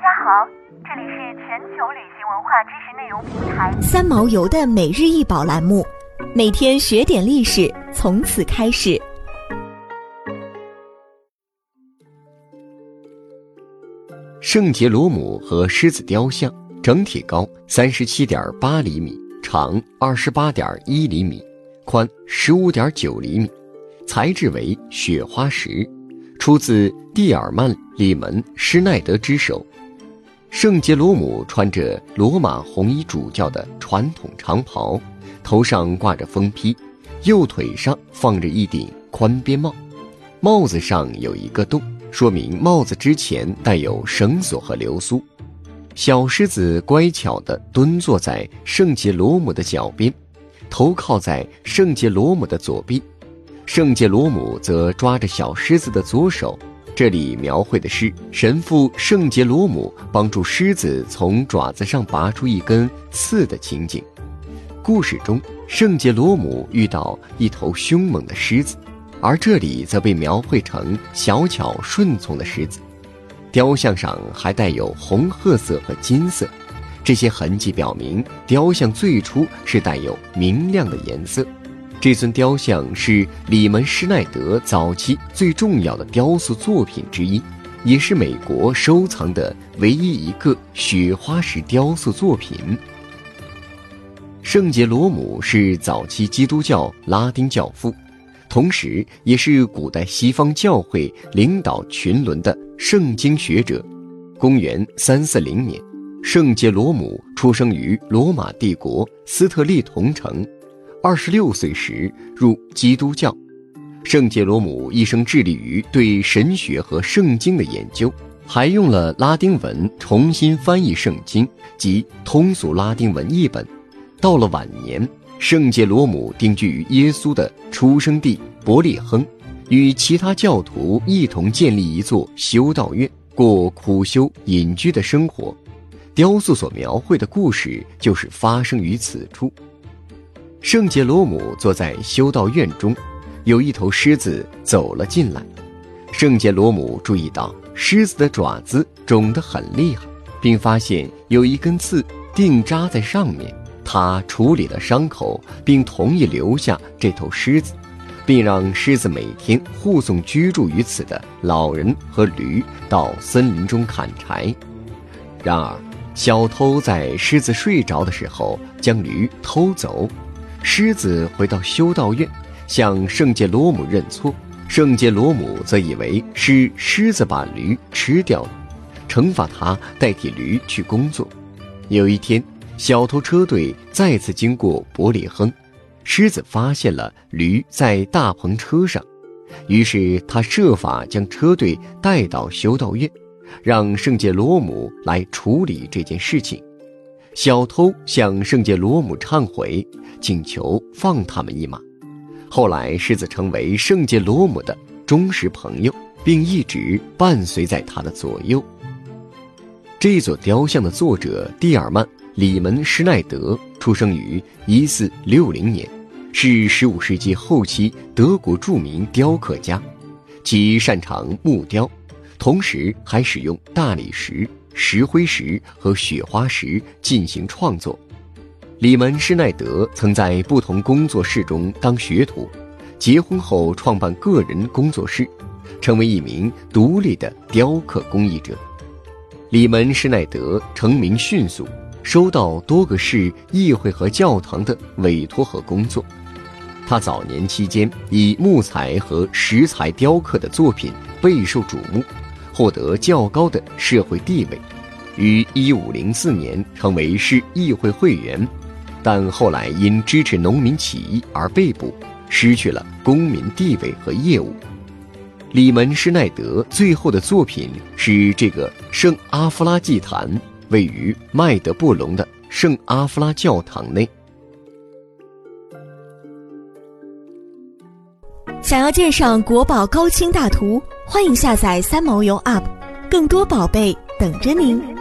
家好，这里是全球旅行文化知识内容平台三毛游的每日一宝栏目，每天学点历史，从此开始。 圣杰罗姆和狮子雕像整体高 37.8 厘米，长 28.1 厘米，宽 15.9 厘米，材质为雪花石，出自蒂尔曼·里门施耐德之手。圣杰罗姆穿着罗马红衣主教的传统长袍，头上挂着风披，右腿上放着一顶宽边帽，帽子上有一个洞，说明帽子之前带有绳索和流苏。小狮子乖巧地蹲坐在圣杰罗姆的脚边，头靠在圣杰罗姆的左臂，圣杰罗姆则抓着小狮子的左手。这里描绘的是神父圣杰罗姆帮助狮子从爪子上拔出一根刺的情景。故事中，圣杰罗姆遇到一头凶猛的狮子，而这里则被描绘成小巧顺从的狮子。雕像上还带有红褐色和金色，这些痕迹表明雕像最初是带有明亮的颜色。这尊雕像是里门施耐德早期最重要的雕塑作品之一，也是美国收藏的唯一一个雪花石雕塑作品。圣杰罗姆是早期基督教拉丁教父，同时也是古代西方教会领导群伦的圣经学者。公元340年，圣杰罗姆出生于罗马帝国斯特利同城，26岁时入基督教。圣杰罗姆一生致力于对神学和圣经的研究，还用了拉丁文重新翻译圣经及通俗拉丁文译本。到了晚年，圣杰罗姆定居于耶稣的出生地伯利恒，与其他教徒一同建立一座修道院，过苦修隐居的生活。雕塑所描绘的故事就是发生于此处。圣杰罗姆坐在修道院中，有一头狮子走了进来。圣杰罗姆注意到狮子的爪子肿得很厉害，并发现有一根刺钉扎在上面。他处理了伤口，并同意留下这头狮子，并让狮子每天护送居住于此的老人和驴到森林中砍柴。然而，小偷在狮子睡着的时候将驴偷走。狮子回到修道院，向圣杰罗姆认错。圣杰罗姆则以为是狮子把驴吃掉了，惩罚他代替驴去工作。有一天，小偷车队再次经过伯利恒，狮子发现了驴在大篷车上，于是他设法将车队带到修道院，让圣杰罗姆来处理这件事情。小偷向圣杰罗姆忏悔，请求放他们一马。后来狮子成为圣杰罗姆的忠实朋友，并一直伴随在他的左右。这座雕像的作者蒂尔曼·里门施耐德出生于1460年，是15世纪后期德国著名雕刻家，其擅长木雕，同时还使用大理石、石灰石和雪花石进行创作。里门施耐德曾在不同工作室中当学徒，结婚后创办个人工作室，成为一名独立的雕刻工艺者。里门施耐德成名迅速，收到多个市议会和教堂的委托和工作。他早年期间以木材和石材雕刻的作品备受瞩目，获得较高的社会地位，于1504年成为市议会会员，但后来因支持农民起义而被捕，失去了公民地位和业务。里门施耐德最后的作品是这个圣阿夫拉祭坛，位于麦德布隆的圣阿夫拉教堂内。 想要鉴赏国宝高清大图，欢迎下载三毛游 App， 更多宝贝等着您。